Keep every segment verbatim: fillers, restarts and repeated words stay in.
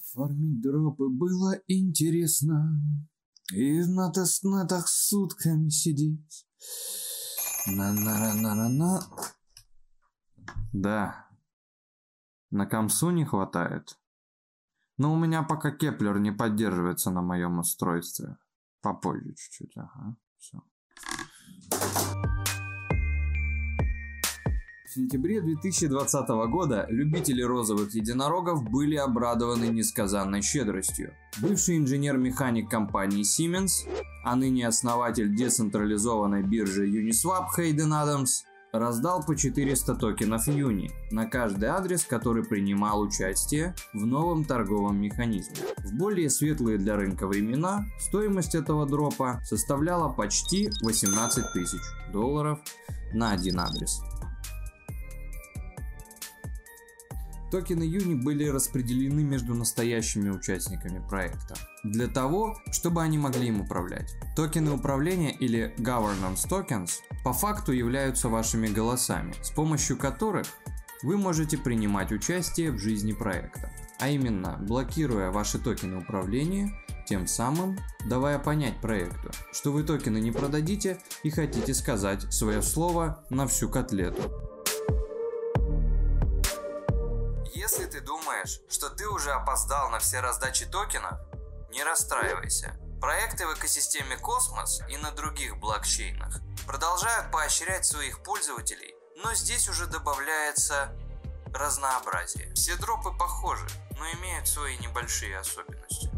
Фармить дропы было интересно, и на тестнетах сутками сидеть. На-на-на-на-на-на. Да, на комсу не хватает. Но у меня пока Кеплер не поддерживается на моем устройстве. Попозже чуть-чуть, ага, все. В сентябре две тысячи двадцатого года любители розовых единорогов были обрадованы несказанной щедростью. Бывший инженер-механик компании Siemens, а ныне основатель децентрализованной биржи Uniswap Хейден Адамс, раздал по четыреста токенов Юни на каждый адрес, который принимал участие в новом торговом механизме. В более светлые для рынка времена стоимость этого дропа составляла почти восемнадцать тысяч долларов на один адрес. Токены Юни были распределены между настоящими участниками проекта, для того, чтобы они могли им управлять. Токены управления или Governance Tokens по факту являются вашими голосами, с помощью которых вы можете принимать участие в жизни проекта, а именно блокируя ваши токены управления, тем самым давая понять проекту, что вы токены не продадите и хотите сказать свое слово на всю котлету. Если ты думаешь, что ты уже опоздал на все раздачи токенов, не расстраивайся. Проекты в экосистеме Космос и на других блокчейнах продолжают поощрять своих пользователей, но здесь уже добавляется разнообразие. Все дропы похожи, но имеют свои небольшие особенности.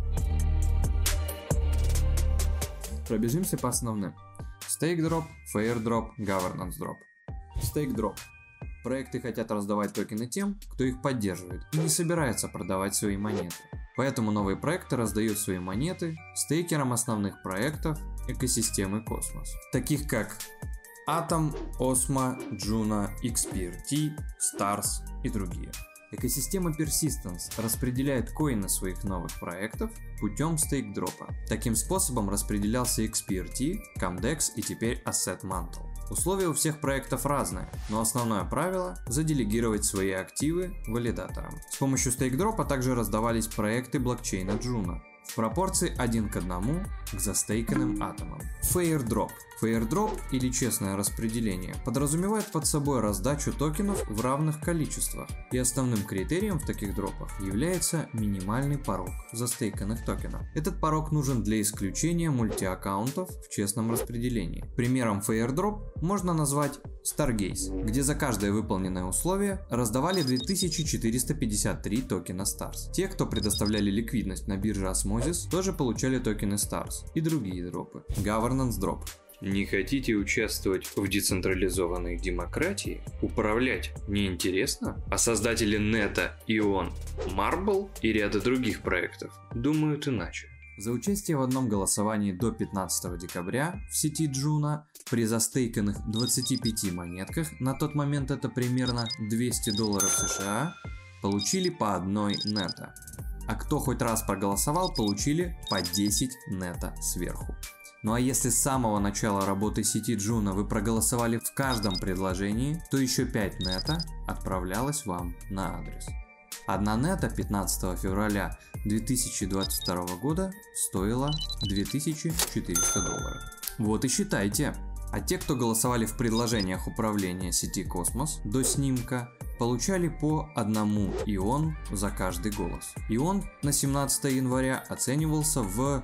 Пробежимся по основным. Stake Drop, Fair Drop, Governance Drop. Stake Drop. Проекты хотят раздавать токены тем, кто их поддерживает и не собирается продавать свои монеты. Поэтому новые проекты раздают свои монеты стейкерам основных проектов экосистемы Космос, таких как Atom, Osmo, Juno, икс пи эр ти, Stars и другие. Экосистема Persistence распределяет коины своих новых проектов путем стейк-дропа. Таким способом распределялся икс пи эр ти, Comdex и теперь Asset Mantle. Условия у всех проектов разные, но основное правило – заделегировать свои активы валидаторам. С помощью стейк-дропа также раздавались проекты блокчейна Juno в пропорции один к одному к застейканным атомам. Fair Drop. Fair Drop или честное распределение подразумевает под собой раздачу токенов в равных количествах, и основным критерием в таких дропах является минимальный порог застейканных токенов. Этот порог нужен для исключения мультиаккаунтов в честном распределении. Примером Fair Drop можно назвать Stargaze, где за каждое выполненное условие раздавали две тысячи четыреста пятьдесят три токена Stars. Те, кто предоставляли ликвидность на бирже Osmosis, тоже получали токены Stars и другие дропы. Governance Drop. Не хотите участвовать в децентрализованной демократии? Управлять неинтересно? А создатели Нета, Ион, Marble и ряда других проектов думают иначе. За участие в одном голосовании до пятнадцатого декабря в сети Juno при застейканных двадцати пяти монетках, на тот момент это примерно двести долларов США, получили по одной нета. А кто хоть раз проголосовал, получили по десять нета сверху. Ну а если с самого начала работы сети Juno вы проголосовали в каждом предложении, то еще пять нета отправлялось вам на адрес. Одна нета пятнадцатого февраля две тысячи двадцать второго года стоила две тысячи четыреста долларов. Вот и считайте. А те, кто голосовали в предложениях управления сети Космос до снимка, получали по одному ион за каждый голос. Ион на семнадцатое января оценивался в,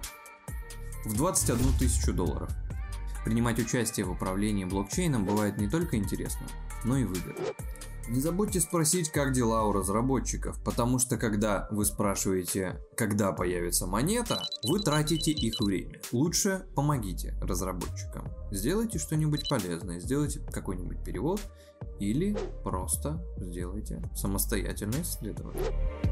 в двадцать одну тысячу долларов. Принимать участие в управлении блокчейном бывает не только интересно, но и выгодно. Не забудьте спросить, как дела у разработчиков, потому что когда вы спрашиваете, когда появится монета, вы тратите их время. Лучше помогите разработчикам. Сделайте что-нибудь полезное, сделайте какой-нибудь перевод или просто сделайте самостоятельное исследование.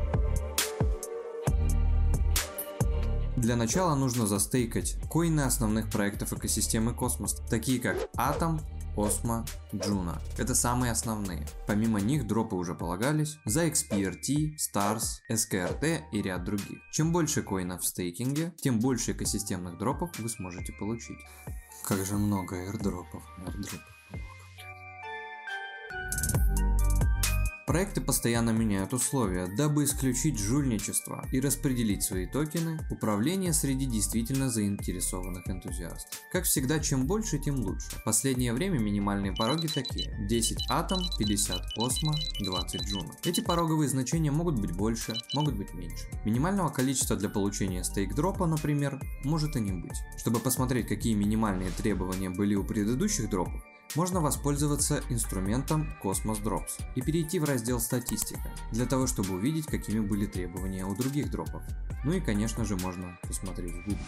Для начала нужно застейкать коины основных проектов экосистемы Космос, такие как Atom, Osmo, Juno. Это самые основные. Помимо них дропы уже полагались за икс пи эр ти, Stars, эс ка эр ти и ряд других. Чем больше коинов в стейкинге, тем больше экосистемных дропов вы сможете получить. Как же много airdropов, airdropов. Проекты постоянно меняют условия, дабы исключить жульничество и распределить свои токены, управление среди действительно заинтересованных энтузиастов. Как всегда, чем больше, тем лучше. В последнее время минимальные пороги такие: десять атом, пятьдесят осмо, двадцать джуна. Эти пороговые значения могут быть больше, могут быть меньше. Минимального количества для получения стейк-дропа, например, может и не быть. Чтобы посмотреть, какие минимальные требования были у предыдущих дропов, можно воспользоваться инструментом Cosmos Drops и перейти в раздел «Статистика», для того, чтобы увидеть, какими были требования у других дропов. Ну и, конечно же, можно посмотреть в Google.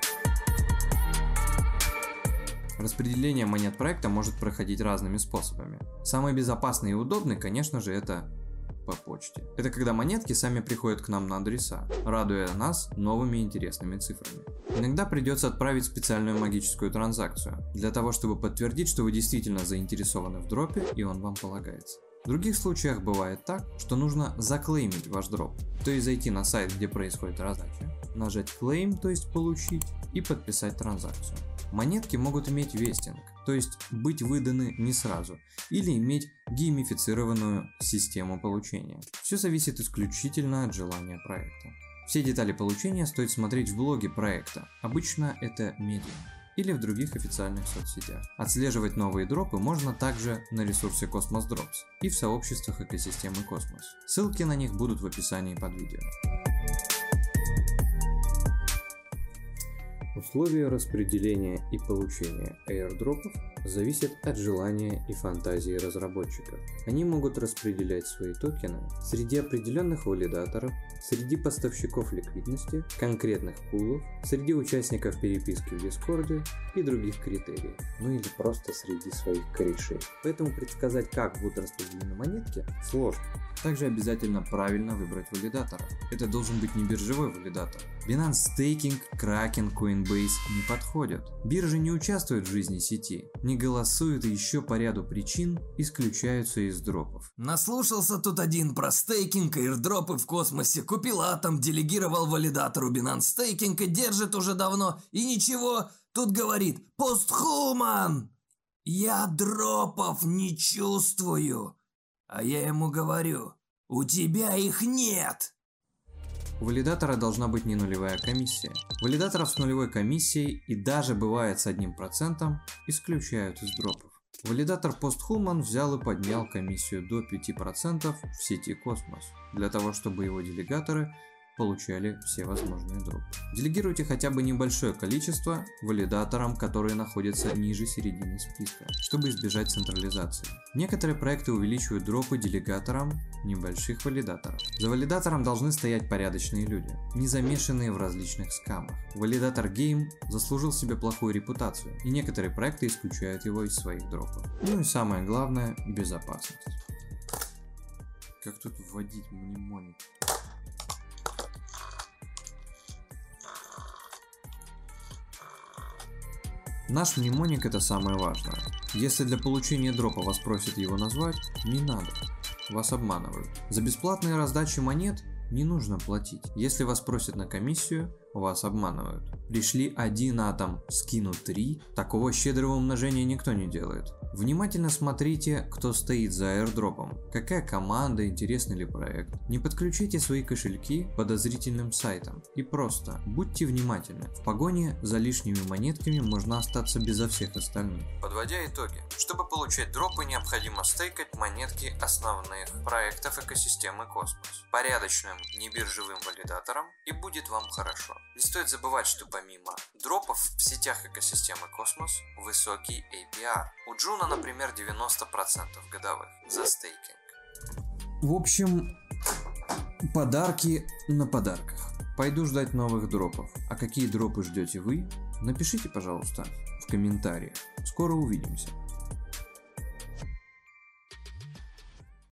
Распределение монет проекта может проходить разными способами. Самый безопасный и удобный, конечно же, это по почте. Это когда монетки сами приходят к нам на адреса, радуя нас новыми интересными цифрами. Иногда придется отправить специальную магическую транзакцию, для того чтобы подтвердить, что вы действительно заинтересованы в дропе и он вам полагается. В других случаях бывает так, что нужно заклеймить ваш дроп, то есть зайти на сайт, где происходит раздача, нажать claim, то есть получить, и подписать транзакцию. Монетки могут иметь вестинг, то есть быть выданы не сразу, или иметь геймифицированную систему получения. Все зависит исключительно от желания проекта. Все детали получения стоит смотреть в блоге проекта, обычно это Medium, или в других официальных соцсетях. Отслеживать новые дропы можно также на ресурсе Cosmos Drops и в сообществах экосистемы Cosmos. Ссылки на них будут в описании под видео. Условия распределения и получения airdropов зависят от желания и фантазии разработчиков. Они могут распределять свои токены среди определенных валидаторов, среди поставщиков ликвидности, конкретных пулов, среди участников переписки в Дискорде и других критериев, ну или просто среди своих корешей. Поэтому предсказать, как будут распределены монетки, сложно. Также обязательно правильно выбрать валидатора. Это должен быть не биржевой валидатор. Binance Staking, Kraken, Coinbase не подходят. Биржи не участвуют в жизни сети, не голосуют и еще по ряду причин исключаются из дропов. Наслушался тут один про стейкинг и airdропы в космосе. Купил атом, делегировал валидатору Binance Staking и держит уже давно. И ничего, тут говорит постхуман. Я дропов не чувствую. А я ему говорю, у тебя их нет. У валидатора должна быть не нулевая комиссия. Валидаторов с нулевой комиссией и даже бывает с одним процентом исключают из дропов. Валидатор постхуман взял и поднял комиссию до пяти процентов в сети Cosmos, для того чтобы его делегаторы получали все возможные дропы. Делегируйте хотя бы небольшое количество валидаторам, которые находятся ниже середины списка, чтобы избежать централизации. Некоторые проекты увеличивают дропы делегаторам небольших валидаторов. За валидатором должны стоять порядочные люди, не замешанные в различных скамах. Валидатор Game заслужил себе плохую репутацию, и некоторые проекты исключают его из своих дропов. Ну и самое главное – безопасность. Как тут вводить мнемоник? Наш мнемоник — это самое важное. Если для получения дропа вас просят его назвать, не надо. Вас обманывают. За бесплатные раздачи монет не нужно платить. Если вас просят на комиссию, вас обманывают. Пришли один атом, скину три. Такого щедрого умножения никто не делает. Внимательно смотрите, кто стоит за airdropом, какая команда, интересный ли проект. Не подключите свои кошельки к подозрительным сайтам. И просто будьте внимательны. В погоне за лишними монетками можно остаться безо всех остальных. Подводя итоги. Чтобы получать дропы, необходимо стейкать монетки основных проектов экосистемы Cosmos порядочным небиржевым валидатором, и будет вам хорошо. Не стоит забывать, что помимо дропов в сетях экосистемы Cosmos высокий эй пи ар. У Джуна, например, девяносто процентов годовых за стейкинг. В общем, подарки на подарках. Пойду ждать новых дропов. А какие дропы ждете вы? Напишите, пожалуйста, в комментариях. Скоро увидимся.